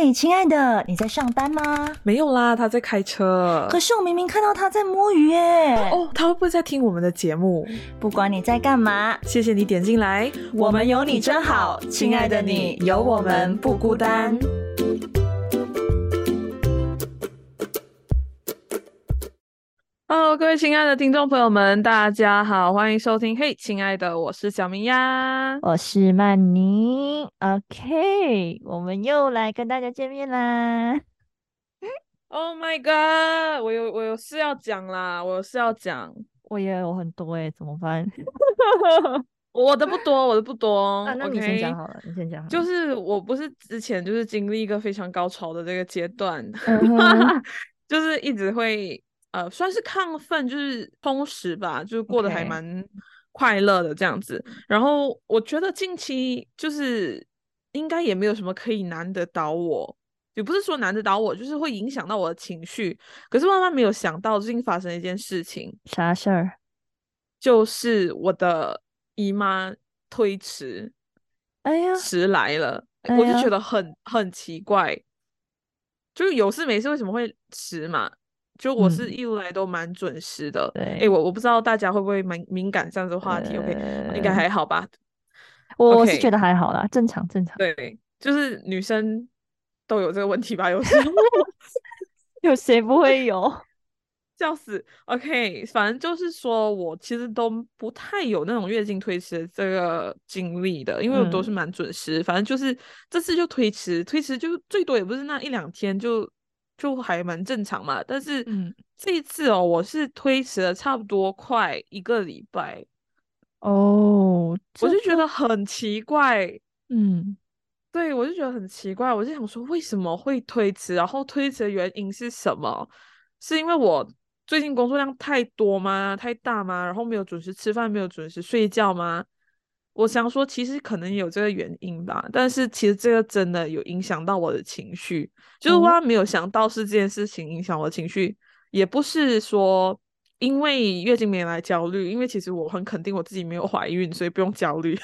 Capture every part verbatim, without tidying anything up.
嘿，亲爱的，你在上班吗？ 没有啦，他在开车。 可是我明明看到他在摸鱼耶。 哦，他会不会在听我们的节目？ 不管你在干嘛， 谢谢你点进来， 我们有你真好，亲爱的你，有我们不孤单。 Hello，各位亲爱的听众朋友们，大家好，欢迎收听。嘿，亲爱的，我是小明呀， 我是曼妮。OK，我们又来跟大家见面啦。 Oh my god，我有我有事要讲啦，我有事要讲。 我也有很多诶，怎么办？ 我的不多，我的不多。 啊，那你先讲 OK， 好了，你先讲好了。 就是我不是之前就是经历一个非常高潮的这个阶段， 嗯哼就是一直会呃算是亢奋，就是充实吧，就是过得还 ，OK， 蛮快乐的这样子。然后我觉得近期就是应该也没有什么可以难得倒我，也不是说难得倒我，就是会影响到我的情绪。可是万万没有想到，最近发生了一件事情， 啥事儿？ 就是我的姨妈推迟哎呀， 迟来了， 哎呀， 我就觉得很很奇怪，就是有事没事为什么会迟嘛？就我是嗯， 一路来都蛮准时的。诶， 对， 我我不知道大家会不会蛮敏感这样子的话题，OK，应该呃， 还好吧我是觉 ？OK， 得还好啦，正常正常。 对，就是女生都有这个问题吧，有时候。 有谁不会有？ 笑死，OK，反正就是说我其实都不太有那种月经推迟的这个经历的，因为我都是嗯蛮准时。反正就是这次就推迟，推迟就最多也不是那一两天就，就还蛮正常嘛。但是嗯， 这一次哦，我是推迟了差不多快一个礼拜， 哦， 我就觉这个， 得很奇怪。 嗯对，我就觉得很奇怪，我就想说为什么会推迟，然后推迟的原因是什么？是因为我最近工作量太多吗？太大吗？然后没有准时吃饭，没有准时睡觉吗？我想说，其实可能也有这个原因吧，但是其实这个真的有影响到我的情绪，就是哦， 我没有想到是这件事情影响我的情绪，也不是说因为月经没来焦虑，因为其实我很肯定我自己没有怀孕，所以不用焦虑。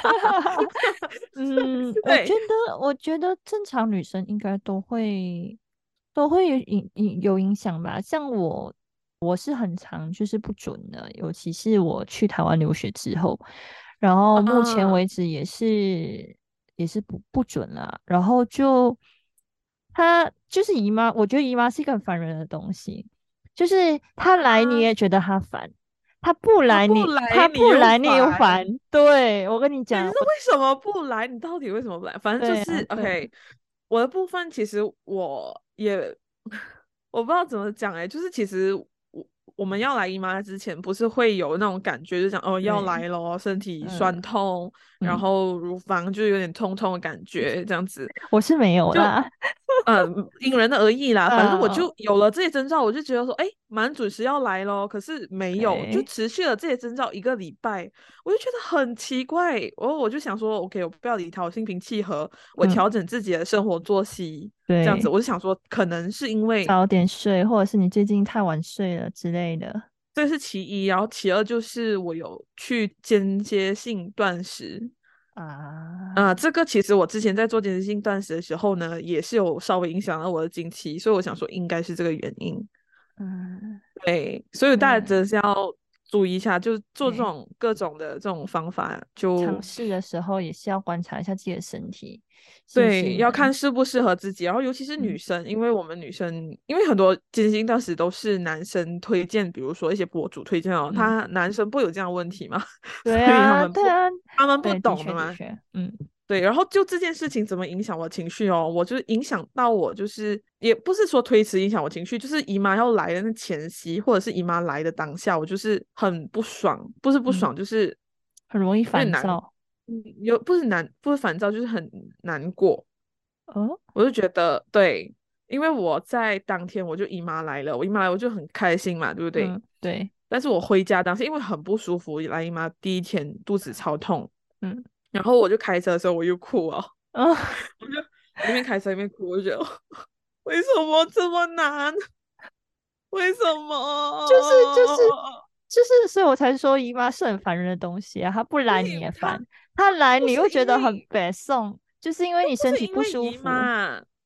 嗯，我觉对， 得，我觉得正常女生应该都会都会有影影有影响吧。像我，我是很常就是不准的，尤其是我去台湾留学之后，然后目前啊， 为止也是也是不不准啦。然后就她就是姨妈，我觉得姨妈是一个很烦人的东西，就是她来你啊， 也觉得她烦。她不他来你， 不来她你又不来你又烦。 烦， 对，我跟你对，就是讲，我为什么不来？你到底为什么不来？反正就是对啊，对啊， OK，我的部分其实我也我不知道怎么讲哎、就是其实我我们要来姨妈之前，不是会有那种感觉，就讲哦要对， 来咯，身体嗯酸痛，然嗯， 后乳房就有点痛痛的感觉，这样子。 我是没有就啦， 嗯，因人而异啦。反正我嗯就有了这些征兆，我就觉得说，哎，蛮准时要来咯。可是没有，就 ，OK， 持续了这些征兆一个礼拜，我就觉得很奇怪。我我就想说，OK，我不要理他，我心平气和，我嗯， 调整自己的生活作息，这样子。 对， 我就想说，可能是因为早点睡，或者是你最近太晚睡了之类的这是其一，然后其二就是我有去间接性断食。 啊， 啊、这个其实我之前在做间歇性断食的时候呢，也是有稍微影响到我的经期，所以我想说应该是这个原因。 嗯， 对，所以大家真对， 的是要注意一下，就是做这对， 种各种的这种方法，就尝试的时候也是要观察一下自己的身体是不是对，要能， 看适不适合自己。然后尤其是女嗯生，因为我们女生，因为很多金星当时都是男生推荐，比如说一些博主推荐哦， 嗯， 他男生不会有这样的问题嘛， 对所以他啊， 们不， 对啊， 他们不对，的懂的嘛。 确的确，嗯对，然后就这件事情怎么影响我情绪哦？我就是影响到我，就是也不是说推迟影响我情绪，就是姨妈要来的那前夕，或者是姨妈来的当下，我就是很不爽，不是不嗯， 爽，就是很容易有点难， 烦躁， 嗯，有不是难，不是烦躁，就是很难过。 哦， 我就觉得对，因为我在当天我就姨妈来了，我姨妈来我就很开心嘛，对不对？ 嗯，对， 但是我回家当时因为很不舒服，来姨妈第一天肚子超痛， 嗯， 然后我就开车的时候我又哭了。 哦， 我就我一边开车一边哭，我就觉得为什么这么难？为什就是就是么？ 就是，所以我才说姨妈是很烦人的东西啊。她不来你对他也烦，她来你不是又觉得很因为北宋，就是因为都不你身体不是因为姨舒服。 妈，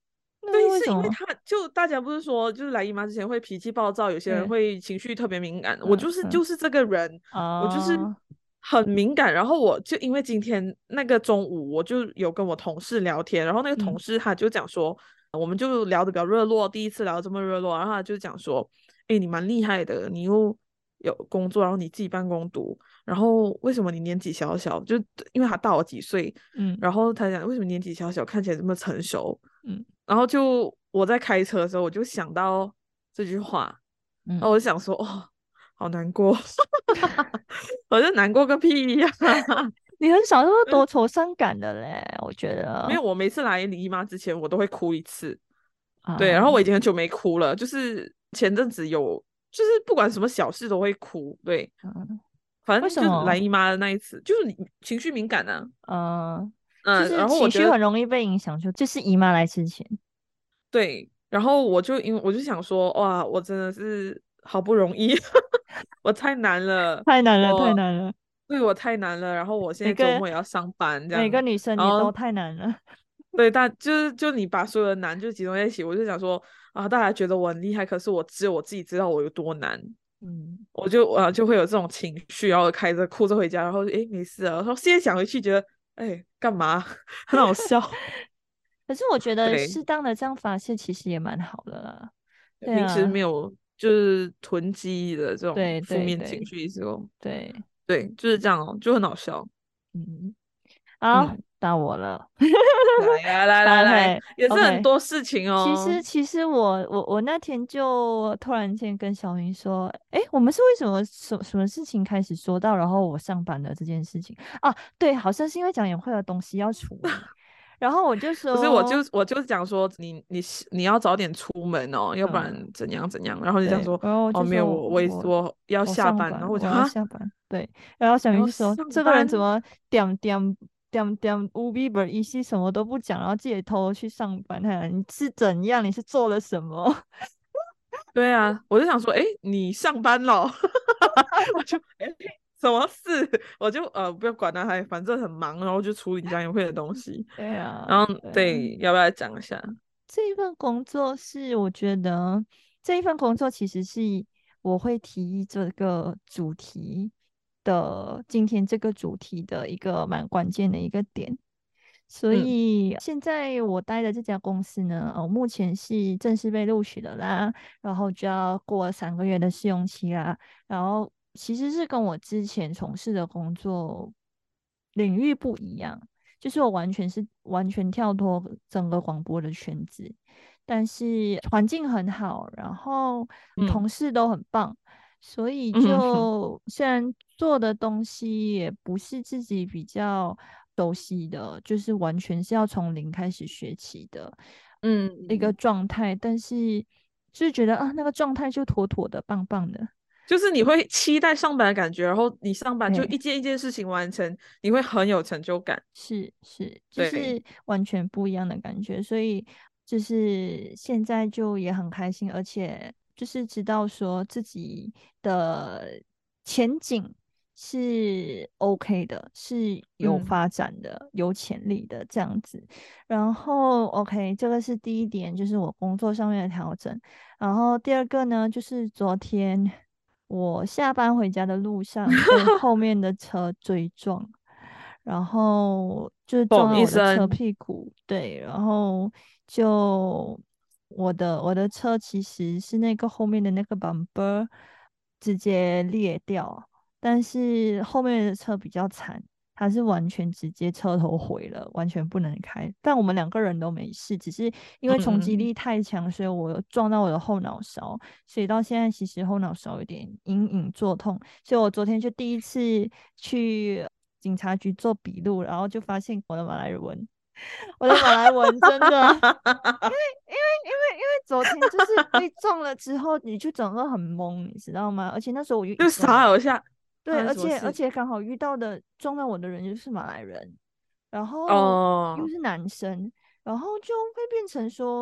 那是对， 为什么？ 是因为他就大家不是说，就是来姨妈之前会脾气暴躁，有些人对， 会情绪特别敏感，我嗯嗯就是就是这个人，我就是啊， 很敏感。然后我就因为今天那个中午，我就有跟我同事聊天，然后那个同嗯事他就讲说，我们就聊得比较热络，第一次聊这么热络，然后他就讲说，哎，你蛮厉害的，你又有工作，然后你自己办公读，然后为什么你年纪小小，就因为他大我几岁， 嗯然后他讲为什么年纪小小看起来这么成熟。 嗯然后就我在开车的时候，我就想到这句话，然嗯， 后我就想说，哦，好难过，我就难过个屁呀、 你很少说多愁善感的嘞，我觉没有， 得我每次来姨妈之前，我都会哭一次。对，然后我已啊， 经很久没哭了，就是前阵子有，就是不管什么小事都会哭。对， 嗯， 反为正就是来什么？ 姨妈的那一次，就是你情绪敏感啊。 呃，就嗯， 是然后我觉得情绪很容易被影响，就就是姨妈来之前， 对，然后我就因为我就想说，哇，我真的是好不容易，我太难了， 太难了，太我难了。 对我太难了。然后我现在周每个末也要上班，这样， 每个女生然后也都太难了。 对大就是就你把所有的难就集中在一起，我就想说啊，大家觉得我很厉害，可是我只有我自己知道我有多难， 嗯， 我就啊就会有这种情绪，然后开着哭着回家，然后诶没事啊，然后现在想回去觉得哎干嘛很好笑， 可是我觉得对。 适当的这样发泄其实也蛮好的啦。对平时没啊， 有就是囤积的这种对负对对面情绪之后， 对， 对，就是这样哦，就很好笑。 嗯，好， 嗯， 到我了。 来呀，来来来， OK 也是很 OK， 多事情其哦。 实其实我我我那天就突然间跟小云说，诶，我们是为什么什什么事情开始说到，然后我上班了这件事情啊？对，好像是因为讲演会的东西要处理，然后我就不是，我就说， 我就是讲说你你你要早点出门哦，要不然嗯， 怎样怎样。然后你讲对， 说然后我哦没有， 就说我我也我我要我下班。 上班，我要然后我就哈， 下班，对，然后小你要云就说这个人上班？ 怎么点点点点乌比本一西什么都不讲，然后自己偷偷去上班，他你是怎样？你是做了什么？ 对啊，我就想说，哎，你上班了？我就哎，什么事？我就呃不要管他，还反正很忙，然后就处理家宴会的东西。 对啊， 然后对啊， 对，要不要讲一下？ 这一份工作是我觉得这一份工作其实是我会提议这个主题的今天这个主题的一个蛮关键的一个点。所嗯以现在我待的这家公司呢，哦，目前是正式被录取了啦，然后就要过三个月的试用期啦，然后其实是跟我之前从事的工作领域不一样，就是我完全是完全跳脱整个广播的圈子，但是环境很好，然后嗯同事都很棒，所以嗯哼就虽然做的东西也不是自己比较熟悉的，就是完全是要从零开始学起的嗯一个嗯， 状态，但是就是觉得啊，那个状态就妥妥的、棒棒的。 就是你会期待上班的感觉，然后你上班就对， 一件一件事情完成，你会很有成就感。 是是，就对， 是完全不一样的感觉，所以就是现在就也很开心，而且就是知道说自己的前景是 OK 的，是有嗯发展的、有潜力的这样子。然后 OK，这个是第一点，就是我工作上面的调整。然后第二个呢，就是昨天我下班回家的路上被后面的车追撞。然后就是撞嘣一到我的车声， 屁股，对，然后就我的我的车其实是那个后面的那个 bumper 直接裂掉，但是后面的车比较惨，它是完全直接车头毁了，完全不能开。但我们两个人都没事，只是因为嗯嗯冲击力太强，所以我有撞到我的后脑勺，所以到现在其实后脑勺有点隐隐作痛。所以我昨天就第一次去警察局做笔录，然后就发现我的马来文，我的马来文真的，因为因为因为因为昨天就是被撞了之后，你就整个很懵，你知道吗？而且那时候我又一就个人， 傻了一下， 对， 发生而什么事？ 且而且刚好遇到的撞到我的人就是马来人，然后又哦， 是男生，然后就会变成说。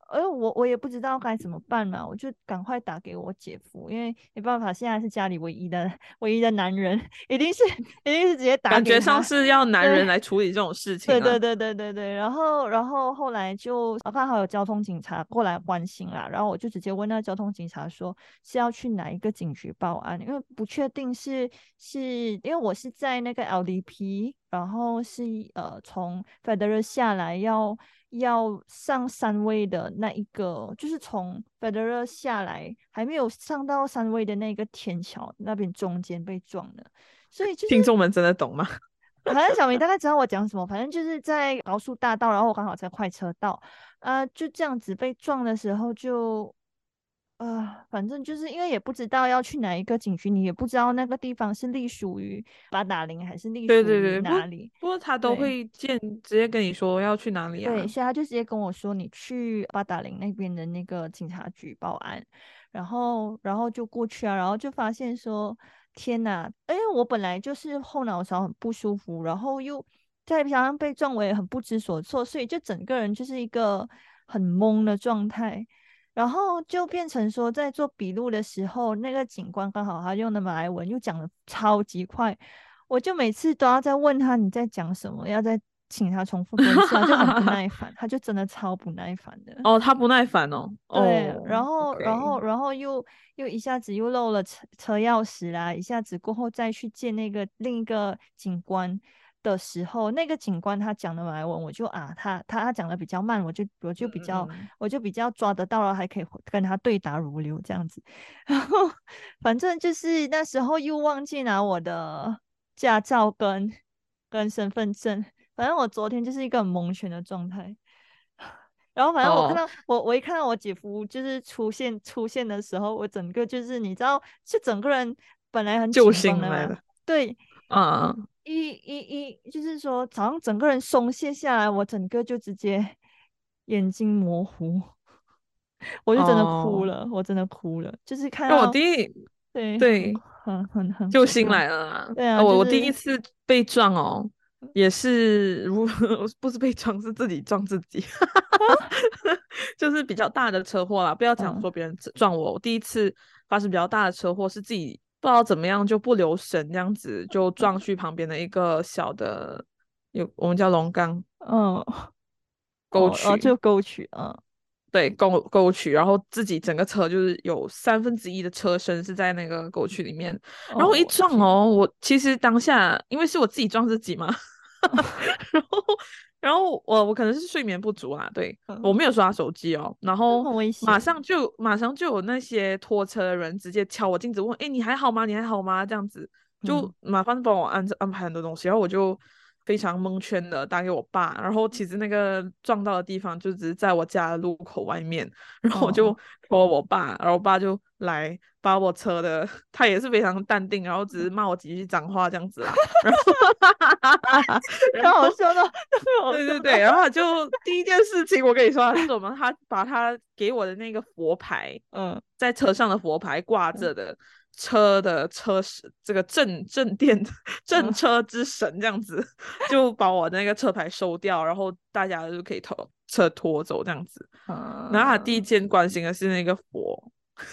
哎，我我也不知道该怎么办嘛，我就赶快打给我姐夫，因为没办法，现在是家里唯一的唯一的男人，一定是一定是直接打感觉上给他。 是要男对， 人来处理这种事情啊。 对对对对对对，然后然后后来就啊刚好有交通警察过来关心啦，然后我就直接问那交通警察说是要去哪一个警局报案，因为不确定是是因为我是在那个 L D P，然后是呃从 Federal 下来要要上三位的那一个，就是从 Federal 下来还没有上到三位的那个天桥那边中间被撞了，所以就是。 听众们真的懂吗？ 反正小明大概知道我讲什么，反正就是在高速大道，然后我刚好在快车道，呃，就这样子被撞的时候就，呃，反正就是因为也不知道要去哪一个景区，你也不知道那个地方是隶属于八达岭还是隶属于对对对，不过哪里， 不过他都对。 会见直接跟你说要去哪里对， 啊。 所以他就直接跟我说，你去八达岭那边的那个警察局报案，然后，然后就过去啊，然后就发现说，天呐，因为我本来就是后脑勺很不舒服，然后又再加上被撞，我也很不知所措，所以就整个人就是一个很懵的状态，然后就变成说，在做笔录的时候，那个警官刚好他用的马来文又讲的超级快，我就每次都要再问他你在讲什么，要再请他重复多一次啊，就很不耐烦，他就真的超不耐烦的。 哦，他不耐烦哦。 对， 哦然后，然 ，OK。 后，然后又又一下子又漏了车车钥匙啦，一下子过后再去见那个另一个警官的时候，那个警官他讲的马来文，我就啊，他他他讲的比较慢，我就我嗯就比较嗯嗯。 我就比较抓得到了，还可以跟他对答如流这样子。然后反正就是那时候又忘记拿我的驾照跟跟身份证，反正我昨天就是一个很蒙圈的状态。然后反正我看哦， 到我我一看到我姐夫就是出现出现的时候，我整个就是你知道，就整个人本来很救紧绷的嘛， 星来了。 对， 啊、 一一一就是说早上整个人松懈下来，我整个就直接眼睛模糊，我就真的哭哦， 了，我真的哭了，就是看那我到第一对很对很很很救星可怕， 来了啦。 对啊， 呃，我我第就是一次被撞哦，也是如不是被撞，是自己撞自己，就是比较大的车祸啦。不要讲嗯说别人撞我，我第一次发生比较大的车祸是自己不知道怎么样就不留神，这样子就撞去旁边的一个小的，有我们叫龙岗嗯沟哦哦就渠。 沟渠嗯对，沟沟渠，然后自己整个车就是有三分之一的车身是在那个沟渠里面，然后我一哦天撞哦，我其实当下因为是我自己撞自己嘛，然后然后我我可能是睡眠不足啊，对，我嗯， 没有刷手机哦，然后那很危险欸马上就马上就有那些拖车的人直接敲我镜子问，哎，你还好吗？你还好吗？这样子就嗯。 麻烦帮我安安排很多东西，然后我就非常蒙圈的打给我爸，然后其实那个撞到的地方就只是在我家的路口外面，然后我就哦， call 我爸，然后我爸就来把我车的，他也是非常淡定，然后只是骂我几句脏话这样子啦，然后然太好后笑了，太好笑了。 对对对，然后他就第一件事情我跟你说啊，是什么？他把他给我的那个佛牌， 嗯在车上的佛牌挂嗯着的车的车神，这个正正殿正嗯车之神这样子，就把我那个车牌收掉，然后大家就可以拖车拖走这样子。然后他第一嗯， 件关心的是那个佛，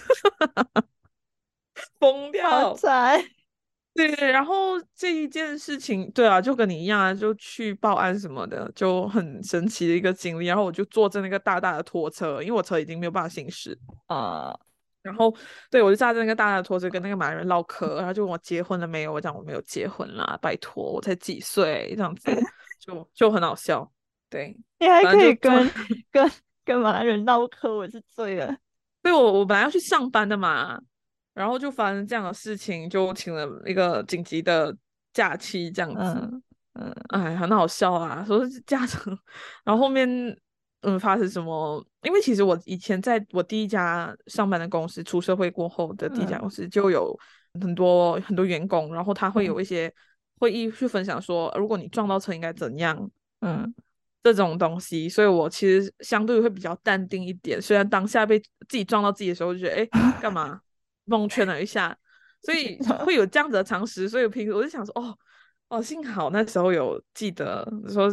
疯好掉。 惨。 对对，然后这一件事情，对啊，就跟你一样啊，就去报案什么的，就很神奇的一个经历。然后我就坐着那个大大的拖车，因为我车已经没有办法行驶。 啊然后，对我就驾着那个大大的拖车跟那个马来人唠嗑，然后就问我结婚了没有，我讲我没有结婚啦，拜托，我才几岁，这样子就就很好笑。对， 你还可反正就撞。 以跟跟跟马来人唠嗑，我是醉了。 对我我本来要去上班的嘛，然后就发生这样的事情，就请了一个紧急的假期这样子。 嗯嗯哎，很好笑啊，说是家长，然后后面嗯发生什么？因为其实我以前在我第一家上班的公司，出社会过后的第一家嗯公司就有很多很多员工，然后他会嗯有一些会议去分享说，如果你撞到车应该怎样嗯， 这种东西，所以我其实相对会比较淡定一点。虽然当下被自己撞到自己的时候，就觉得哎干嘛蒙圈了一下，所以会有这样子的常识。所以平时我就想说，哦哦，幸好那时候有记得说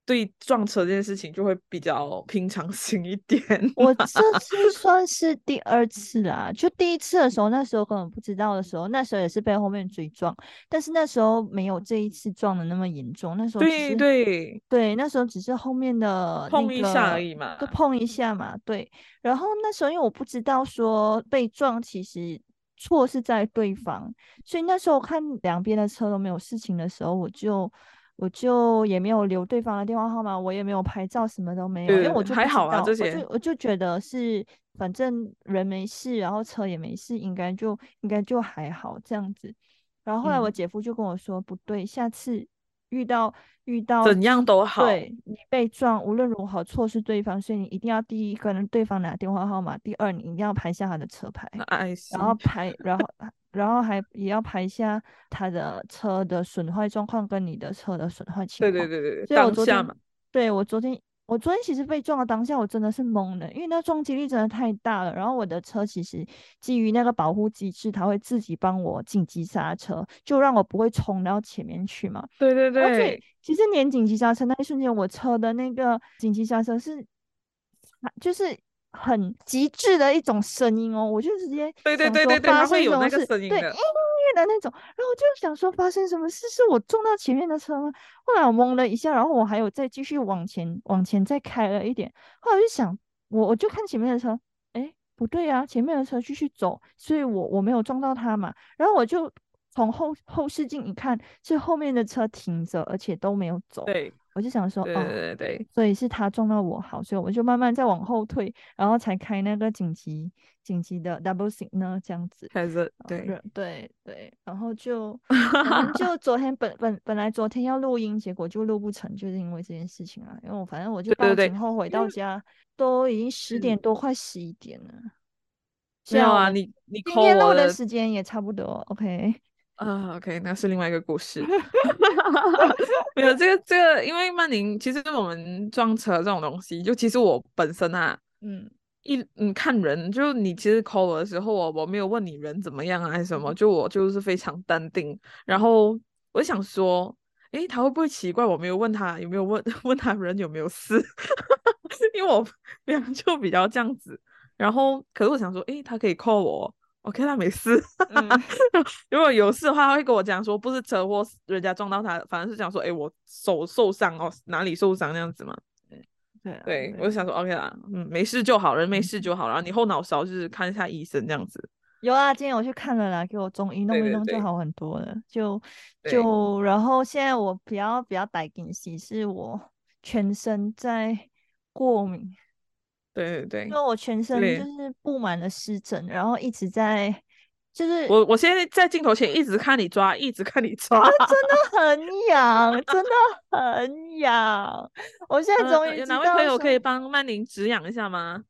对撞车这件事情就会比较平常心一点。 我这次算是第二次啦，就第一次的时候，那时候根本不知道的时候，那时候也是被后面追撞，但是那时候没有这一次撞的那么严重，那时候只对是， 对， 对，那时候只是后面的那碰一下而个已嘛。 都碰一下嘛，对，然后那时候因为我不知道说被撞其实错是在对方，所以那时候看两边的车都没有事情的时候，我就。我就也没有留对方的电话号码，我也没有拍照，什么都没有，因对对对， 为我就不还好啦， 知道，我就这些。 我就觉得是反正人没事，然后车也没事，应该就应该就还好这样子。然后后来我嗯， 姐夫就跟我说，不对，下次遇到遇到怎样都好。 对你被撞，无论如何错是对方，所以你一定要第一跟对方拿电话号码，第二你一定要拍下他的车牌， 那爱然后心。 拍，然后然后还也要拍一下他的车的损坏状况跟你的车的损坏情对对况。 对对对， 所以我昨天， 当下嘛。 对，我昨天，我昨天其实被撞的当下，我真的是懵的，因为那撞击力真的太大了。然后我的车其实基于那个保护机制，它会自己帮我紧急刹车，就让我不会冲到前面去嘛。 对对然后所以对其实连紧急刹车那一瞬间，我车的那个紧急刹车是就是很极致的一种声音哦，我就直接对对想对对对， 说发它会有那个生什么事，对，音声音的。 乐的那种，然后我就想说发生什么事，是我撞到前面的车吗？后来我懵了一下，然后我还有再继续往前往前再开了一点，后来我就想，我我就看前面的车，诶，不对啊，前面的车继续走，所以我我没有撞到他嘛，然后我就从后后视镜一看，是后面的车停着，而且都没有走。 对我就想说， 对哦， 对对对， 所以是他撞到我，好，所以我就慢慢再往后退，然后才开那个紧急紧急的 double signal 这样子。 开始呃， 对。 对对对，然后就反正就昨天本本本来昨天要录音，结果就录不成，就是因为这件事情啊。因为我反正我就报对对对， 警后回因为到家，都已经十点是多，快十一点了。 没有啊， 虽然我们你你今 call 天录的我的。 时间也差不多，OK。 啊，OK，那是另外一个故事。没有这个这个，因为曼宁，其实我们撞车这种东西，就其实我本身啊， 嗯一嗯看人，就你其实 call 我的时候，我我没有问你人怎么样啊还是什么， 嗯就我就是非常淡定。然嗯后我就想说，诶，他会不会奇怪我没有问他有没有问问他人有没有事？因为我别人就比较这样子。然后可是我想说，诶，他可以 call 我，OK，他没事。 嗯， 如果有事的话，他会跟我讲说，不是车祸，人家撞到他，反正是讲说，诶，我手受伤哦，哪里受伤那样子嘛。 对对啊， 对，我就对， 想说，OK 啦，嗯，没事就好，人没事嗯。 就好，然后你后脑勺就是看一下医生这样子。 有啊，今天我去看了啦，给我中医弄一对对对弄就好很多了。就对就然后现在我比较比较带紧喜是我全身在过敏， 对对对因为我全身就对， 是布满了湿疹，然后一直在就是我我现在在镜头前一直看你抓，一直看你抓。 很痒，真的很痒。我现在嗯、 终于知有哪位朋道说， 友可以帮曼宁止痒一下吗？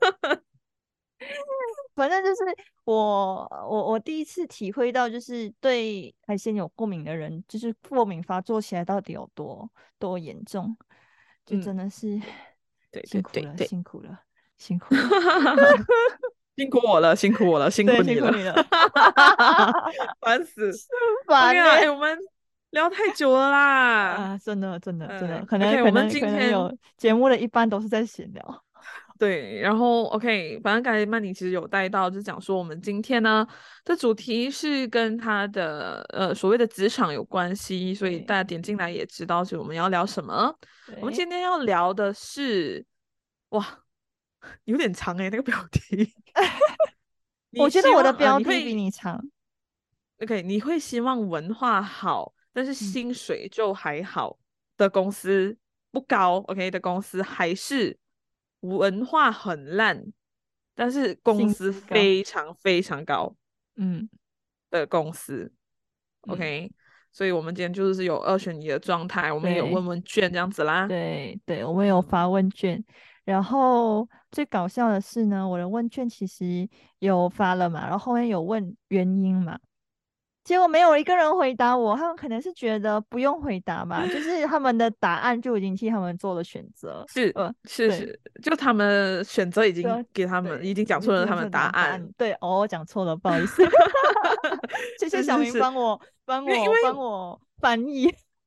反正就是我我我第一次体会到，就是对海鲜有过敏的人，就是过敏发作起来到底有多多严重，就真嗯， 的是对辛苦了， 对对对。 辛苦了，辛苦了， 辛苦我了，辛苦我了，辛对， 苦你了。 辛苦你了， 烦死。OK 啦， 烦呢、 哎、我们聊太久了啦。 啊，真的真的真的， 嗯可能 ，OK，我们可能可今天能有节目的一般都是在闲聊， 对，然后 OK，反正刚才曼妮其实有带到，就是讲说我们今天呢的主题是跟他的呃所谓的职场有关系，所以大对家点进来也知道是我们要聊什么。我们对， 今天要聊的是，哇，有点长诶，那个标题。 我觉得我的你希望呃， 标题比你会你长， OK，你会希望文化好，但是嗯， 薪水就还好的公司不高，OK 的公司，还是文化很烂，但是工薪资资高， 非常非常高嗯的公司嗯， ，OK？所以我们今天就是有二选一的状态，我们也有对。 问问卷这样子啦。 对对，我们有发问卷，然后最搞笑的是呢，我的问卷其实有发了嘛，然后后面有问原因嘛，结果没有一个人回答我，他们可能是觉得不用回答嘛，就是他们的答案就已经替他们做了选择， 是呃，对， 是是，就他们选择已经对给他们已对， 经讲已经出了他们的这个答答案。 案，对，哦，我讲错了，不好意思，谢谢小明是是是， 帮我帮因为因我帮为我翻译，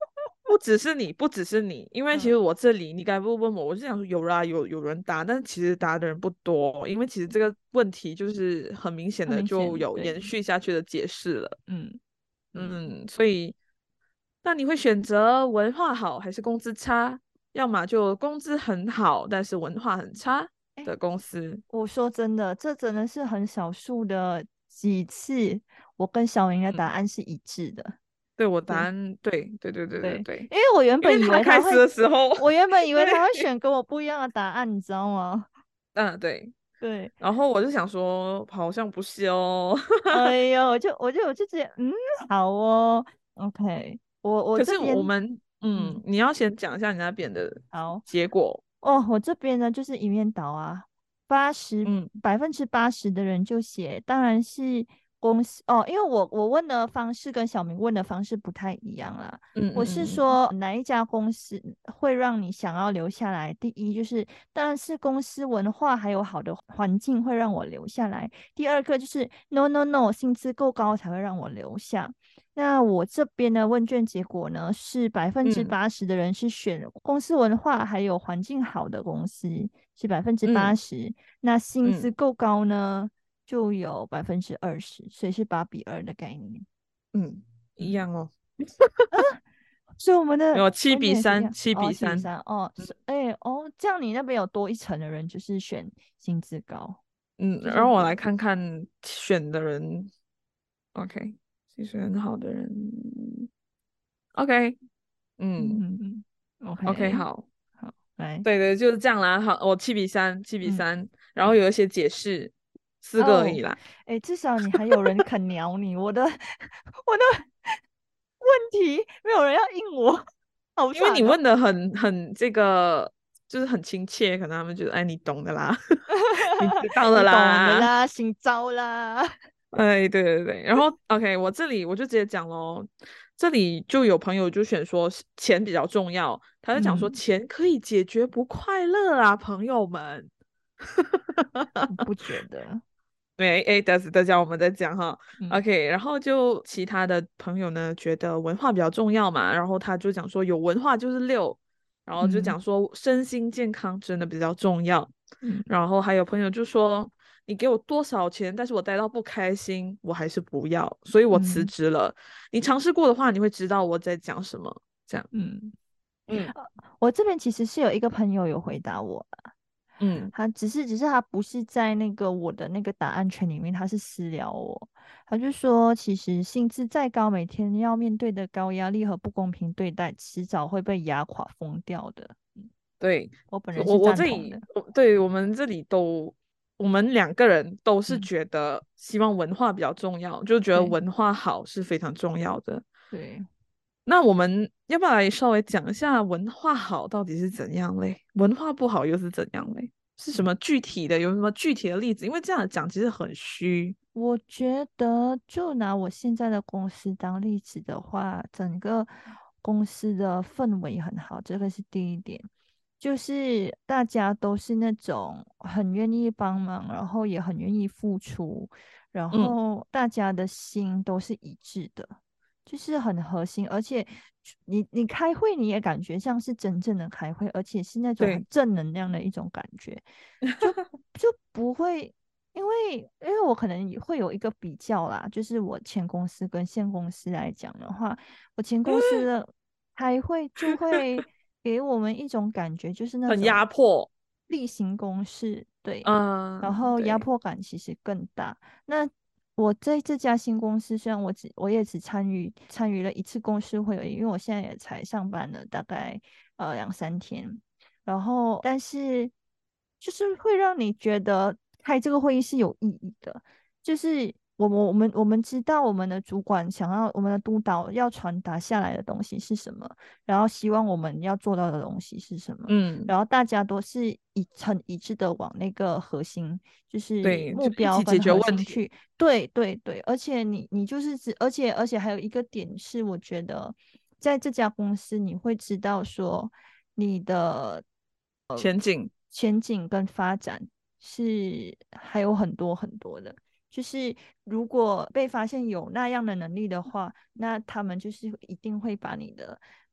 不只是你，不只是你，因为其嗯， 实我这里你该不问我，我是想说有啦，有有人答，但是其实答的人不多，因为其实这个问题就是很明显很明的就显，对， 有延续下去的解释了。 嗯嗯。 嗯，所以那你会选择文化好还是工资差？要么就工资很好，但是文化很差哎， 的公司。 我说真的，这真的是很少数的几次，我跟小明的答嗯， 案是一致的。 对我答对案，对对对对对对， 对， 因为我原因为本以他开始为他会， 的时候， 我原本以为他会对， 选跟我不一样的答案，你知道吗？ 嗯对， 对， 然后我就想说，好像不是哦。 哎呦，我就我就我就直接嗯，好哦，OK，我我可是我这边们，嗯， 嗯你要先讲一下你那边的好。 结果。 哦，我这边呢就是一面倒啊，八十嗯百分之八十的人就写，当然是公司哦，因为我我问的方式跟小明问的方式不太一样啦。 嗯我是嗯嗯说哪一家公司会让你想要留下来？第一就是当然是公司文化还有好的环境会让我留下来。第二个就是 no no no，薪资够高才会让我留下。那我这边的问卷结果呢，是百分之嗯八十的人是选公司文化还有环境好的公司，是百分之八嗯十。那薪嗯资够高呢，就有百分之二十，所以是八比二的概念。 嗯嗯，一嗯， 样哦。 所以我们的没有七问比三， 卷也是一样。 七哦， 比三。 七比三。哦， 嗯是，哎，哦，这样你那边有多一层的人就是选薪资高， 嗯， 就是让我来比看看选的人。OK，薪水很好的人。OK，嗯嗯 ，OK， ，OK， 好。 好，来， 对对，就是这样啦。好，我七比三，七比嗯三，然后嗯。 有一些解释，四个而哦， 已啦。 哎，至少你还有人肯鸟你，我的我的问题没有人要应我，好因为你惨哦。 问的很很这个，就是很亲切，可能他们觉得，哎，你懂的啦，你知道的你懂的啦。 啦，姓招啦。 哎，对对对，然后 OK，我这里我就直接讲喽，这里就有朋友就选说是钱比较重要，他就讲说嗯， 钱可以解决不快乐啊，朋友们。 不觉得？ 对，哎，等等等下我们再讲哈嗯 ，OK，然后就其他的朋友呢，觉得文化比较重要嘛，然后他就讲说有文化就是六，然后就嗯讲说身心健康真的比较重要， 嗯然后还有朋友就说你给我多少钱，但是我待到不开心，我还是不要，所以我辞嗯职了。你尝试过的话，你会知道我在讲什么，这样， 嗯， 嗯我这边其实是有一个朋友有回答我， 嗯他只是只是他不是在那个我的那个答案圈里面，他是私聊我，他就说其实薪资再高，每天要面对的高压力和不公平对待，迟早会被压垮疯掉的。嗯， 对，我我本人是我这里， 赞同的。 我对我们这里都，我们两个人都是嗯， 觉得希望文化比较重要，就觉得对文化好是非常重要的。 对， 那我们要不要来稍微讲一下文化好到底是怎样嘞？文化不好又是怎样嘞？是什么具体的？有什么具体的例子？因为这样讲其实很虚。 我觉得就拿我现在的公司当例子的话，整个公司的氛围很好，这个是第一点。就是大家都是那种很愿意帮忙，然后也很愿意付出，然嗯， 后大家的心都是一致的，就是很核心。而且你你开会，你也感觉像是真正的开会，而且是那种很对， 正能量的一种感觉，就就不会。因为因为我可能也会有一个比较啦，就是我前公司跟现公司来讲的话，我前公司的开会就会给我们一种感觉，就是那很种压迫。 例行公事，对，然嗯， 后压对迫感其实更大。那我在这家新公司，虽然我只我也只参与参与了一次公司会而已，因为我现在也才上班了大概呃两三天，然后但是就是会让你觉得开这个会议是有意义的，就是我们我们我们知道我们的主管想要我们的督导要传达下来的东西是什么，然后希望我们要做到的东西是什么， 嗯， 然后大家都是一很一致的往那个核心，就是对，就目一起解决标跟核问题。 心去。对对对，而且你你就是只，而且而且还有一个点是，我觉得在这家公司你会知道说你的前景。 前景跟发展是还有很多很多的。就是如果被发现有那样的能力的话，那他们就是一定会把你的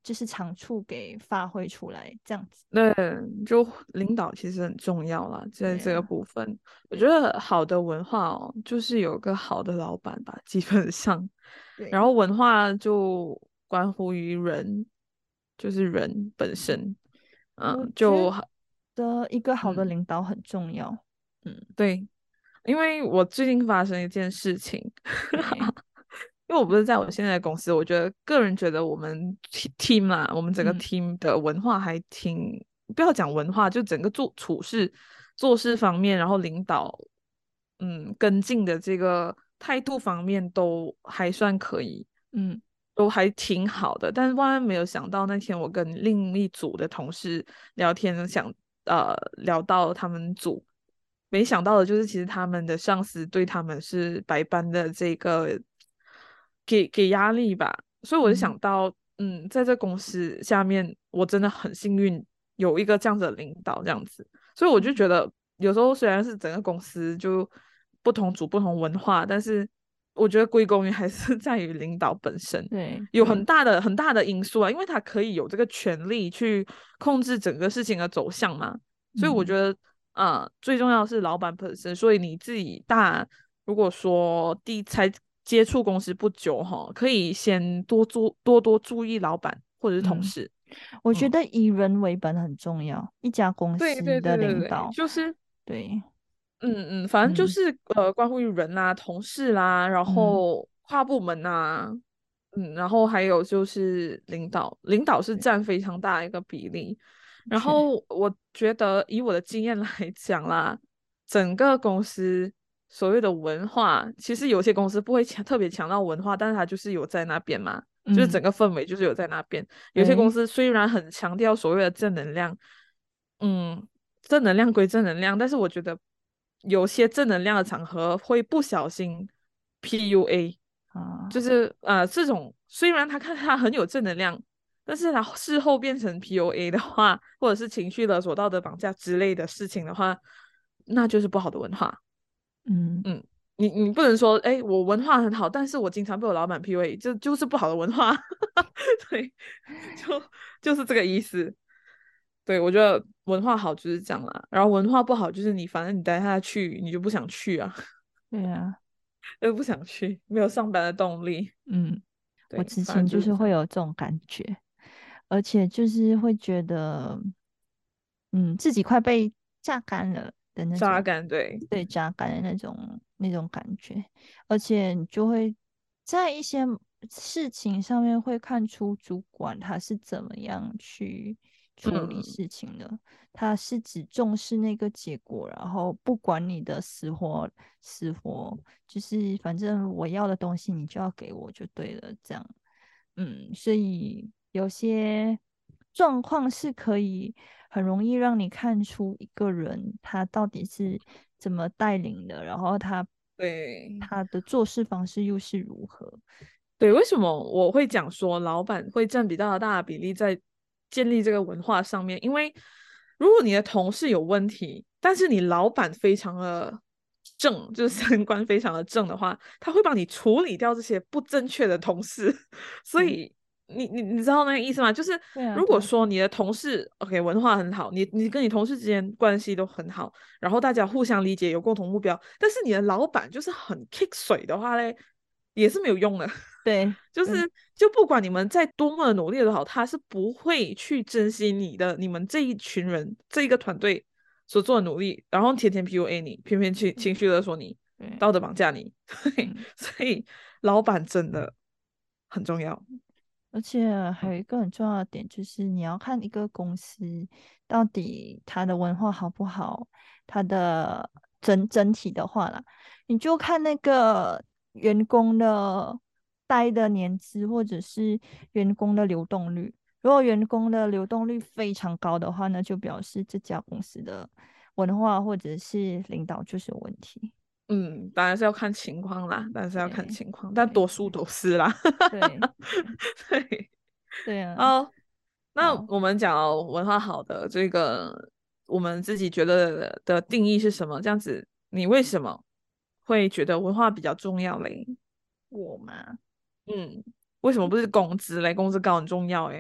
就是长处给发挥出来，这样子。 对，就领导其实很重要啦，在这个对啊， 部分，我觉对得好的文化哦，就是有个好的老板吧，基本上，然对， 后文化就关乎于人，就是人本身，嗯， 我觉就好得一个好的嗯， 领导很重要。嗯， 对，因为我最近发生一件事情， 对， 因为我不是在我现在的公司，我觉得个人觉得我们 te- team 啦，我们整个嗯 team 的文化还挺，不要讲文化，就整个做处事、做事方面，然后领导，嗯，跟进的这个态度方面都还算可以， 嗯都还挺好的。但是万万没有想到，那天我跟另一组的同事聊天，想呃聊到他们组。没想到的就是，其实他们的上司对他们是百般的这个给给压力吧，所以我就嗯想到，嗯，在这公司下面，我真的很幸运有一个这样子的领导，这样子，所以我就嗯， 觉得，有时候虽然是整个公司就不同组不同文化，但是我觉得归功于还是在于领导本身。有很对对， 大的很大的因素啊，因为他可以有这个权利去控制整个事情的走向嘛，所以我觉嗯得啊、呃最重要的是老板本身，所以你自己大，如果说第才接触公司不久哈，可以先多注多多注意老板或者是同嗯， 事， 我觉嗯， 得以人为本很重要。一家公司的对对对对对， 领导， 就是对， 嗯嗯，反正就嗯是呃，关乎于人啦、同事啦，然嗯， 后跨部门呐、嗯，然后还有就是领导，领导是对， 占非常大的一个比例。然确， 后我觉得以我的经验来讲啦，整个公司所谓的文化，其实有些公司不会强特别强调文化，但是它就是有在那边嘛，就是嗯， 整个氛围就是有在那边。有些公对， 司虽然很强调所谓的正能量，嗯，正能量归正能量，但是我觉得有些正能量的场合会不小心 P U A，就啊， 是呃这种虽然他看他很有正能量，但是他事后变成 P U A 的话，或者是情绪勒索、道德绑架之类的事情的话，那就是不好的文化。 嗯， 嗯，你你不能说，哎，我文化很好，但是我经常被我老板 P U A，这就是不好的文化。对，就就是这个意思。对，我觉得文化好就是这样啦，然后文化不好就是你反正你待下去，你就不想去啊， 对啊， 就不想去，没有上班的动力。 嗯，我对，反正之前就是就是这样， 会有这种感觉，而且就是会觉得，嗯，自己快被榨干了的那种。 榨干，对， 对榨干的那种那种感觉，而且你就会在一些事情上面会看出主管他是怎么样去处理嗯， 事情的，他是只重视那个结果，然后不管你的死活死活，就是反正我要的东西你就要给我就对了，这样。嗯，所以有些状况是可以很容易让你看出一个人他到底是怎么带领的，然后他对。 他的做事方式又是如何。 对，为对， 什么我会讲说老板会占比较大的比例在建立这个文化上面？因为如果你的同事有问题，但是你老板非常的正，就是三观非常的正的话，他会帮你处理掉这些不正确的同事。所对， 以你你你知道那个意思吗？就是对啊， 如果对啊， 说你的同事 OK 文化很好，你你跟你同事之间关系都很好，然后大家互相理解，有共同目标，但是你的老板就是很 kick 水的话嘞，也是没有用的。 对， 就是对， 就不管你们再多么的努力都好，他是不会去珍惜你的，你们这一群人这一个团队所做的努力，然后天天 P U A 你，偏偏情情绪勒索你， 对， 道德绑架你，对， 嗯。 所以老板真的很重要。 而且还嗯有一个很重要的点，就是你要看一个公司到底它的文化好不好，它的整整体的话啦，你就看那个员工的待的年资或者是员工的流动率。如果员工的流动率非常高的话，那就表示这家公司的文化或者是领导就是有问题。 嗯，当然是要看情况啦，当然是要看对情况，但对多数都是啦。 对对， 对啊， 哦，那好。 我们讲哦文化好的这个，我们自己觉得的定义是什么？这样子，你为什么会觉得文化比较重要嘞？ 我嘛。 嗯，为什么不是工资嘞？工资高很重要诶。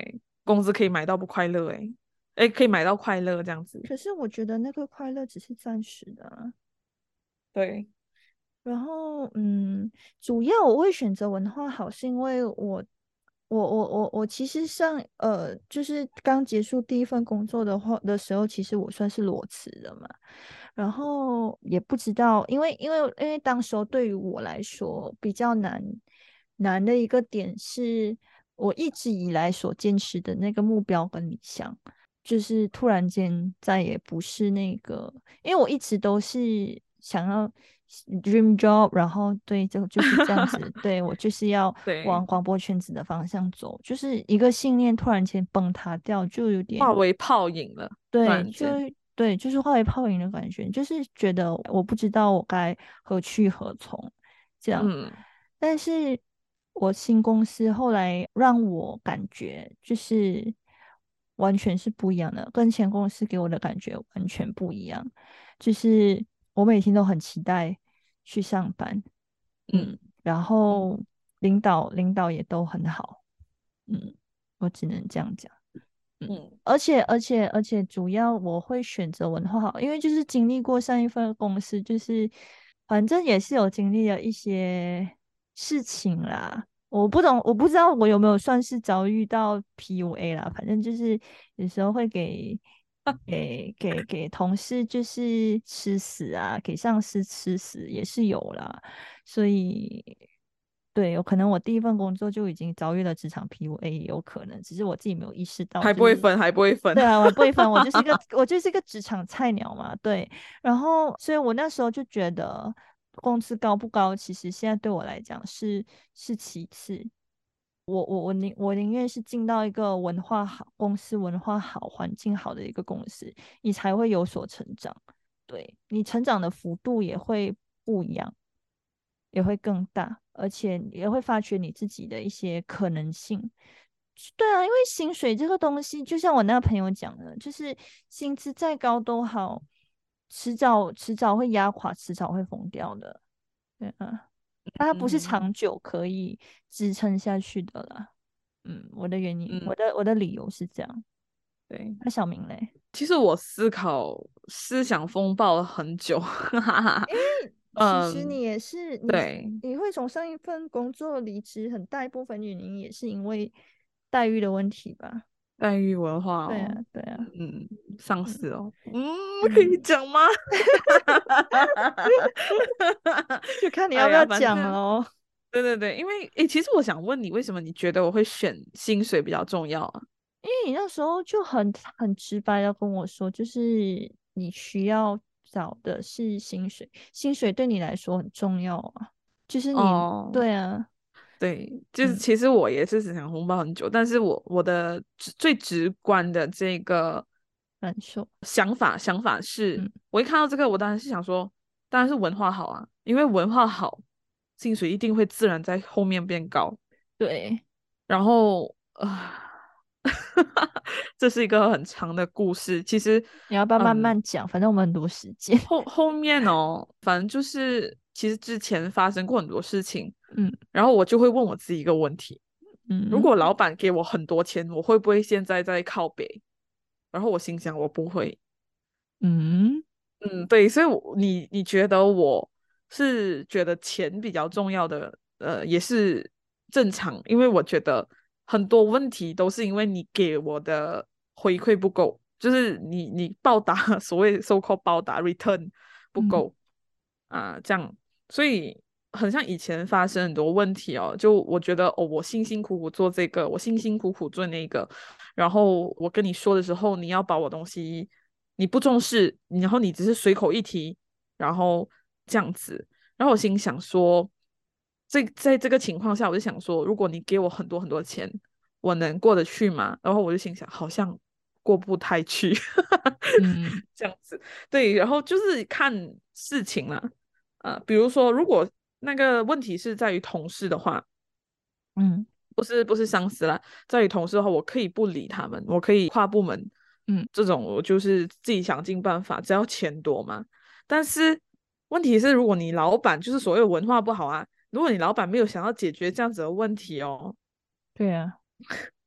工资可以买到不快乐诶、欸，诶，可以买到快乐这样子。 可是我觉得那个快乐只是暂时的啊。 对， 然后，嗯，主要我会选择文化好，是因为我，我，我，我，我其实上，呃，就是刚结束第一份工作的话的时候，其实我算是裸辞的嘛。然后也不知道，因为因为因为当时候对于我来说比较难难的一个点是，我一直以来所坚持的那个目标跟理想，就是突然间再也不是那个，因为我一直都是想要 dream job，然后对，就就是这样子，对，我就是要对， 往广播圈子的方向走，就是一个信念突然间崩塌掉，就有点。 化为泡影了，突对，就然间。 对，就是化为泡影的感觉，就是觉得我不知道我该何去何从这样。 嗯但是我新公司后来让我感觉就是完全是不一样的，跟前公司给我的感觉完全不一样。就是我每天都很期待去上班，嗯， 嗯然嗯后领导领导也都很好，嗯，我只能这样讲。嗯， 嗯而且而且而且，主要我会选择文化好，因为就是经历过上一份公司，就是反正也是有经历了一些事情啦。我不懂，我不知道我有没有算是遭遇到 P U A 啦。反正就是有时候会给给给给同事就是吃死啊，给上司吃死也是有啦。所以对，有可能我第一份工作就已经遭遇了职场 P U A，也有可能，只是我自己没有意识到，就是还不会分，还不会分。 对啊，我不会分，我就是一个我就是一个职场菜鸟嘛，对。然后，所以我那时候就觉得工资高不高，其实现在对我来讲是是其次。我我我宁我宁愿是进到一个文化好公司、文化好、环境好的一个公司，你才会有所成长。对，你成长的幅度也会不一样，也会更大，而且也会发掘你自己的一些可能性。对啊，因为薪水这个东西，就像我那个朋友讲的，就是薪资再高都好，迟早迟早会压垮，迟早会疯掉的。对啊，它不是嗯哼长久可以支撑下去的啦。嗯，我的原因， 嗯， 我的我的理由是这样。 对。 那小明嘞？ 其实我思考思想风暴了很久，哈哈哈。 其实嗯， 你也是，你是对， 你会从上一份工作离职，很大一部分原因也是因为待遇的问题吧？ 待遇文化对啊， 哦， 对啊， 嗯，上嗯司哦，嗯，可以嗯， 讲吗？ 就看你要不要哎呀，反正讲喽。 对对对，因为诶，其实我想问你，为什么你觉得我会选薪水比较重要啊？ 因为你那时候就很很直白的跟我说，就是你需要找的是薪水，薪水对你来说很重要啊。就是你， 哦， 对啊， 对，就是嗯， 其实我也是思想风暴很久，但是我我的直最直观的这个感受， 想法想法是， 嗯， 我一看到这个，我当然是想说，当然是文化好啊，因为文化好，薪水一定会自然在后面变高。 对， 然后啊，这是一个很长的故事。其实， 你要不要慢嗯， 慢讲？反正我们很多时间。 后后面哦，反正就是其实之前发生过很多事情， 嗯然后我就会问我自己一个问题：如嗯果老板给我很多钱，我会不会现在在靠北？然后我心想，我不会。 嗯嗯，对，所以我你你觉得我是觉得钱比较重要的，呃，也是正常，因为我觉得很多问题都是因为你给我的回馈不够，就是你你报答所谓 so called 报答 return 不嗯够啊，这样，所以很像以前发生很多问题哦，就我觉得哦，我辛辛苦苦做这个，我辛辛苦苦做那个，然后我跟你说的时候，你要把我东西。你不重视，然后你只是随口一提，然后这样子，然后我心想说，这在这个情况下，我就想说，如果你给我很多很多钱，我能过得去吗？然后我就心想，好像过不太去， 嗯这样子，对，然后就是看事情啦，呃，比如说，如果那个问题是在于同事的话， 嗯不是不是上司啦，在于同事的话，我可以不理他们，我可以跨部门嗯这种，我就是自己想尽办法，只要钱多嘛。但是问题是，如果你老板就是所谓文化不好啊，如果你老板没有想要解决这样子的问题哦， 对啊，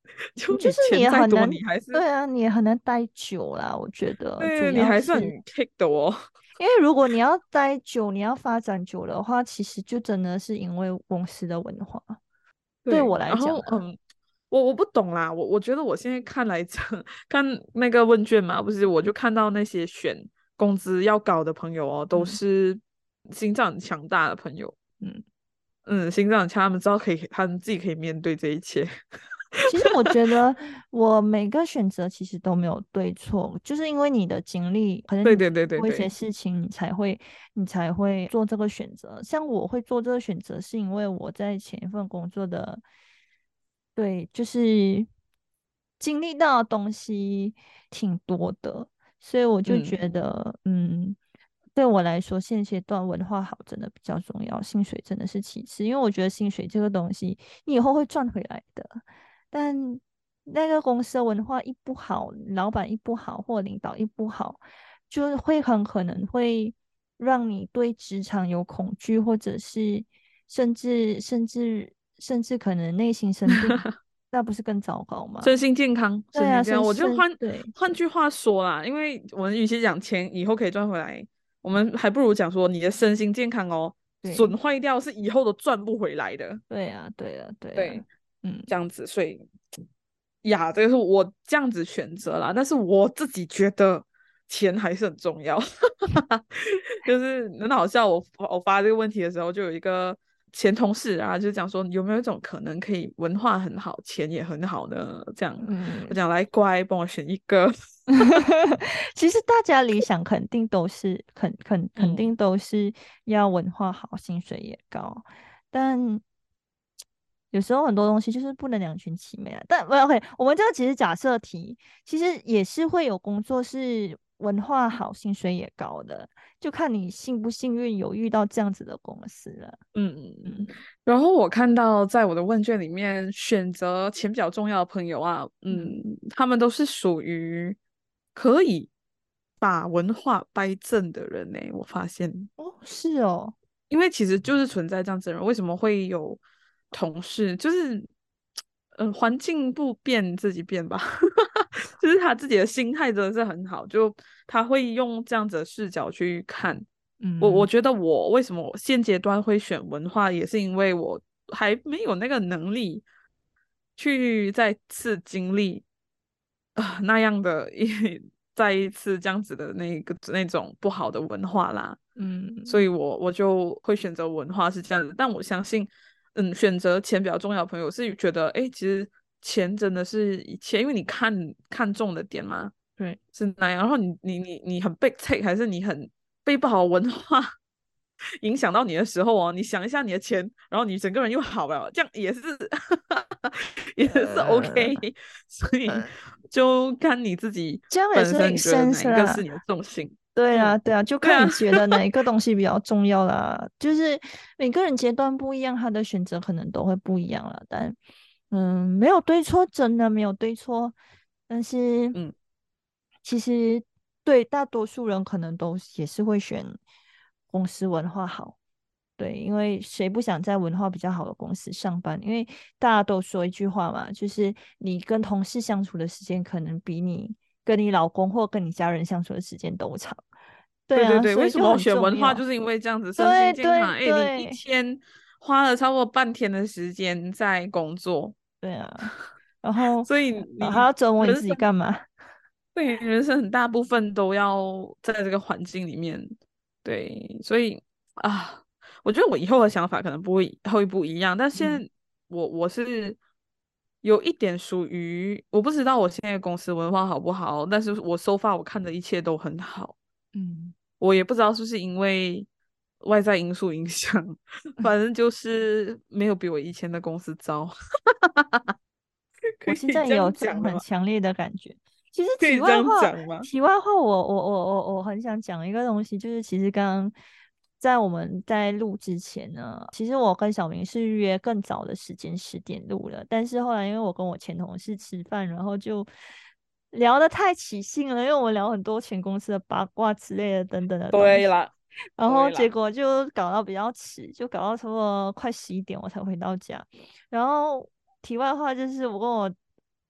就你就是你也钱再多， 很难， 你还是对啊，你也很难待久啦。我觉得主对你还是很要是 kick 的哦。 因为如果你要待久，你要发展久的话，其实就真的是因为公司的文化。对对， 我来然讲啊， 后嗯，我我不懂啦，我我觉得我现在看来讲看那个问卷嘛，不是，我就看到那些选工资要高的朋友哦，都嗯是心脏很强大的朋友。 嗯。 嗯，心脏很强，他们知道可以，他们自己可以面对这一切。 其实我觉得我每个选择其实都没有对错，就是因为你的经历，可能你经对对对对过一些对， 事情，你才会你才会做这个选择。像我会做这个选择，是因为我在前一份工作的，对，就是经历到的东西挺多的，所以我就觉嗯， 得，嗯，对我来说，现阶段文化好真的比较重要，薪水真的是其次，因为我觉得薪水这个东西，你以后会赚回来的。但那个公司的文化一不好，老板一不好，或领导一不好，就是会很可能会让你对职场有恐惧，或者是甚至甚至甚至可能内心生病，那不是更糟糕吗？ 身心健康， 对啊， 身心健康。我就身身换对对换句话说啦，因为我们与其讲钱以后可以赚回来，我们还不如讲说你的身心健康哦， 对损坏掉是以后都赚不回来的。 对啊，对啊，对啊， 对， 嗯这样子，所以呀，这个是我这样子选择啦。但是我自己觉得钱还是很重要。就是很好笑，我我发这个问题的时候，就有一个前同事啊，就讲说有没有一种可能可以文化很好，钱也很好呢？这样，我嗯。 讲来乖，帮我选一个。 其实大家理想肯定都是肯肯肯定嗯都是要文化好，薪水也高，但有时候很多东西就是不能两全其美啊。但不 OK，我们这个其实假设题，其实也是会有工作是文化好，薪水也高的，就看你幸不幸运有遇到这样子的公司了。 嗯嗯。 嗯然后我看到在我的问卷里面，选择钱比较重要的朋友啊，嗯， 嗯， 他们都是属于可以把文化掰正的人呢。我发现， 哦，是哦， 因为其实就是存在这样子的人，为什么会有同事？就是，嗯、呃环境不变，自己变吧。就是他自己的心态真的是很好，就他会用这样子的视角去看。我我嗯觉得我为什么我现阶段会选文化，也是因为我还没有那个能力去再次经历啊、那样的一再一次这样子的那个那种不好的文化啦。所嗯以我我就会选择文化是这样子。但我相信，嗯，选择钱比较重要的朋友是觉得，哎，其实钱真的是一切，因为你看看中的点嘛对， 是那样，然后你你你你很被 take，还是你很被不好的文化影响到你的时候哦，你想一下你的钱，然后你整个人又好了，这样也是也是呃 OK。所以呃， 就看你自己这样也是本 make 身，你觉得 sense 哪一个啦。 是你的重心？ 对啊， 嗯， 对啊，就对啊。 看你觉得哪一个东西比较重要啦。就是每个人阶段不一样，他的选择可能都会不一样了。但嗯，没有对错，真的没有对错。但是嗯。 其实对大多数人可能都也是会选公司文化好。对，因为谁不想在文化比较好的公司上班？因为大家都说一句话嘛，就是你跟同事相处的时间可能比你跟你老公或跟你家人相处的时间都长。对啊， 对对对，为什么我所以就很选文化，就重要。 是因为这样子，身心对对健康。哎，你一对天花了超过半天的时间在工作， 对啊，然后所以呃还要你折磨你自己人生干嘛？ 对人生很大部分都要在这个环境里面。对，所以啊，我觉得我以后的想法可能不会会不一样，但现嗯在我我是有一点属于，我不知道我现在公司文化好不好，但是我收发我看的一切都很好。 嗯， 我也不知道是不是因为外在因素影响，反正就是没有比我以前的公司糟。可我现在也以这有这种样讲的吗？ 很强烈的感觉。其实题可以这样外话， 讲吗？ 题外话我，我我我我很想讲一个东西，就是其实刚刚在我们在录之前呢，其实我跟小明是约更早的时间十点录了，但是后来因为我跟我前同事吃饭，然后就聊得太起劲了，因为我们聊很多前公司的八卦之类的等等的东西。 对啦， 然后对啦。 结果就搞到比较迟，就搞到差不多快十一点我才回到家。然后题外话就是，我跟我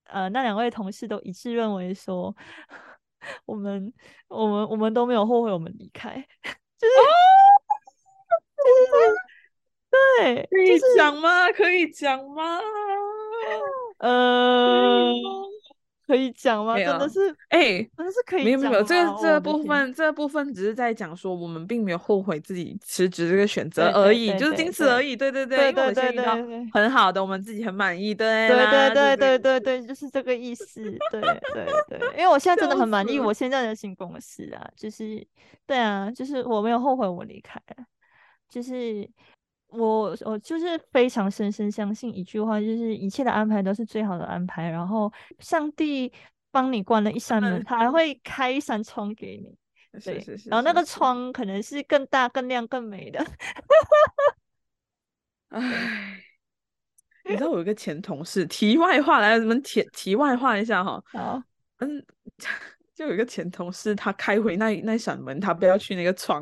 呃那两位同事都一致认为说，我们我们我们都没有后悔我们离开，就是哦， 就是对， 可以就是讲吗？可以讲吗？可以呃， 吗？ 可以讲吗？ 没有， 真的是哎， 真的是可以没有没有没有，这讲吗？ 个这个哦我的天， 部分这个部分只是在讲说，我们并没有后悔自己辞职这个选择对而已， 对对就是仅对对此而已。对对对，因为我对对对们现在遇到对对。 很好的，我们自己很满意，对对对啦，就对这个意思。 对对对，就是这个意思。对对对，因为我现在真的笑很满意我死！ 现在的新公司啊，就是对啊，就是我没有后悔我离开了，就是我我就是非常深深相信一句话，就是一切的安排都是最好的安排，然后上帝帮你关了一扇门， 嗯， 他还会开一扇窗给你。对， 是是是然后那个是是， 窗可能是更大、更亮、更美的。对， 唉。你知道我有一个前同事，题外话来，我们题题外话一下哈， 好， 嗯，就有一个前同事，他开回那那扇门，他不要去那个窗，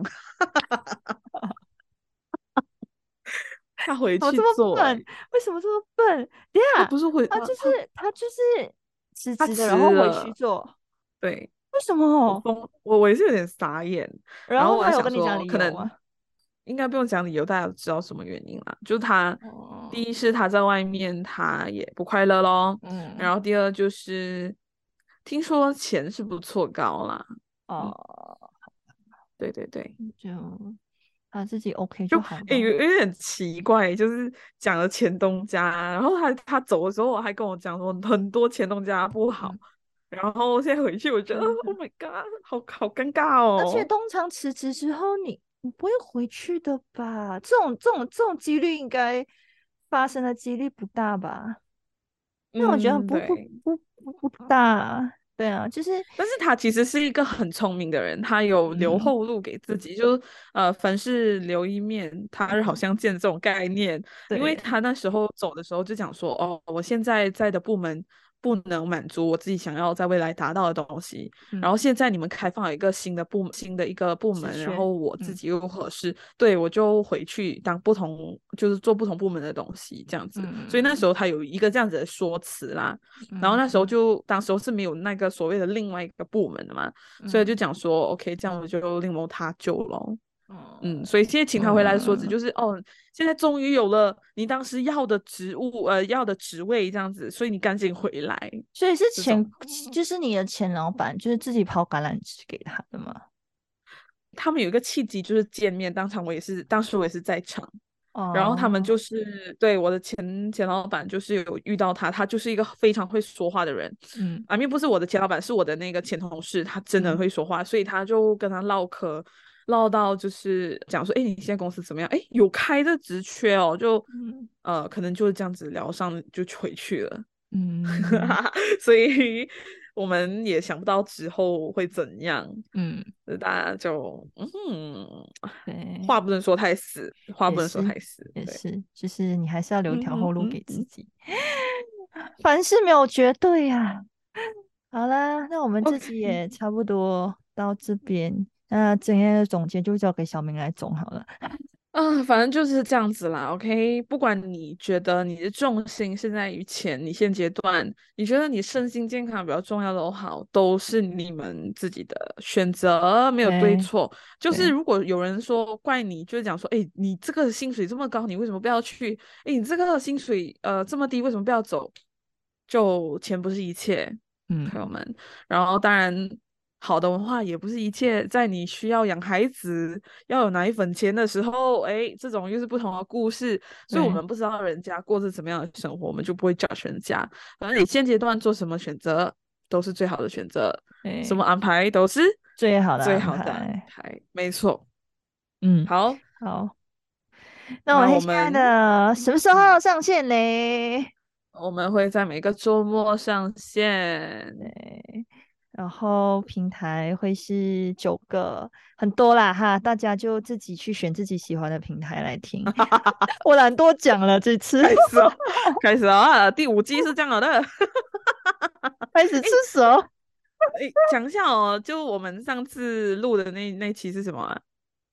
他回去怎么这么做、欸， 笨？为什么这么笨？等一下， 他不是回他就是他他他就是辞他职的，然后回去迟了， 做， 对， 为什我么？ 疯，我我也是有点傻眼，然后我在然后他有跟你讲想说，可能理由吗？ 应该不用讲理由，大家都知道什么原因啦。就是他第哦， 一是他在外面他也不快乐咯， 嗯， 然后第二就是听说钱是不错高啦，嗯， 哦， 对对对， 就他自己 OK 就就好诶有咯。 有点奇怪，就是讲了前东家，然后他他走的时候还跟我讲说很多前东家不好， 嗯， 然后现在回去我觉得对对， ，Oh my god，好好尴尬而且哦。 通常辞职之后你你不会回去的吧？这种这种这种几率应该发生的几率不大吧？因为我觉得嗯， 不不对， 不不不大，对啊，就是但是他其实是一个很聪明的人，他有留嗯。 后路给自己，就呃，凡事留一面，他日好嗯， 相见这种概念。因为对， 他那时候走的时候就讲说，哦，我现在在的部门不能满足我自己想要在未来达到的东西，然后嗯， 现在你们开放了一个新的部新的一个部门，然职缺， 后我自嗯己又合适，对我就回去当不同，就是做不同部门的东西这样子。所以那时嗯候他有一个这样子的说辞啦。然后那时候嗯嗯就当时候是没有那个所谓的另外一个部门的嘛，所以就嗯讲说，OK，这样我就另谋他救咯。嗯，所以嗯现在请他回来的说辞嗯， 就是哦，现在终于有了你当时要的职务，呃，要的职位这样子，所以你赶紧回来。 所以是这种前，就是你的前老板，就是自己抛橄榄枝给他的吗？ 他们有一个契机就是见面，当场我也是，当时我也是在场。然后他们哦， 就是对我的前前老板，就是有遇到他，他就是一个非常会说话的人。 嗯啊，并不是我的前老板，是我的那个前同事，他真的很嗯会说话，所以他就跟他唠嗑，唠到就是讲说，哎，你现在公司怎么样？哎，有开的职缺哦，就嗯呃，可能就是这样子聊上就回去了。 嗯所以我们也想不到之后会怎样， 嗯， 大家就嗯， 对， 话不能说太死，话不能说也是太死，对， 也是，就是你还是要留一嗯嗯条后路给嗯嗯自己，凡事没有绝对呀、好啦，那我们这集 ，OK。 也差不多到这边，那今天的总结就交给小明来总好了。 啊，反正就是这样子啦，OK。不管你觉得你的重心是在于钱，你现阶段你觉得你身心健康比较重要都好，都是你们自己的选择，没有对对错。就是对， 如果有人说怪你，就是讲说，哎，你这个薪水这么高，你为什么不要去？哎，你这个薪水呃这么低，为什么不要走？就钱不是一切， 嗯， 朋友们。然后当然，好的文化也不是一切，在你需要养孩子、要有奶粉钱的时候，哎，这种又是不同的故事。所以我对们不知道人家过着怎么样的生活，我们就不会 judge 人家。反正你现阶段做什么选择都是最好的选择，什么对， 安排都是最好的安最好的安排。 排，没错。 嗯， 好， 好，那我那们亲爱我们的什么时候嗯， 上线嘞？ 我们会在每个周末上线。 对，然后平台会是九个，很多啦哈，大家就自己去选自己喜欢的平台来听。我懒多讲了这次， 开始哦，开始哦啊！第五季是这样的。 开始吃哎蛇。 哎，讲一下哦，就我们上次录的那那期是什么啊？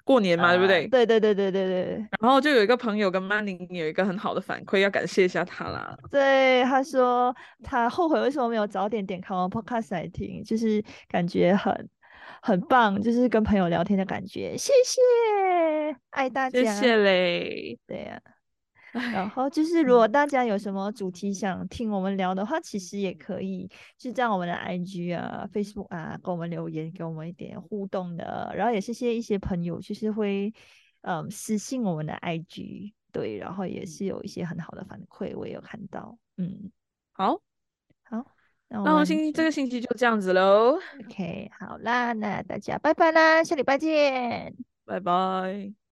过年嘛，对不呃， 对？ 对对对对对对然后就有一个朋友跟曼宁有一个很好的反馈，要感谢一下他啦。 对，他说他后悔为什么没有早点点开完 podcast 来听，就是感觉很很棒，就是跟朋友聊天的感觉。谢谢，爱大家。 谢谢嘞。 对呀、然唉， 后就是，如果嗯， 大家有什么主题想听我们聊的话，其实也可以就在我们的 I G 啊、Facebook 啊，给我们留言，给我们一点互动的。然后也谢谢一些朋友，就是会嗯私信我们的 I G，对，然后也是有一些很好的反馈，我也有看到。嗯， 好， 好，那我那我们们就星这个星期就这样子喽， OK，好啦，那大家拜拜啦，下礼拜见。 拜拜。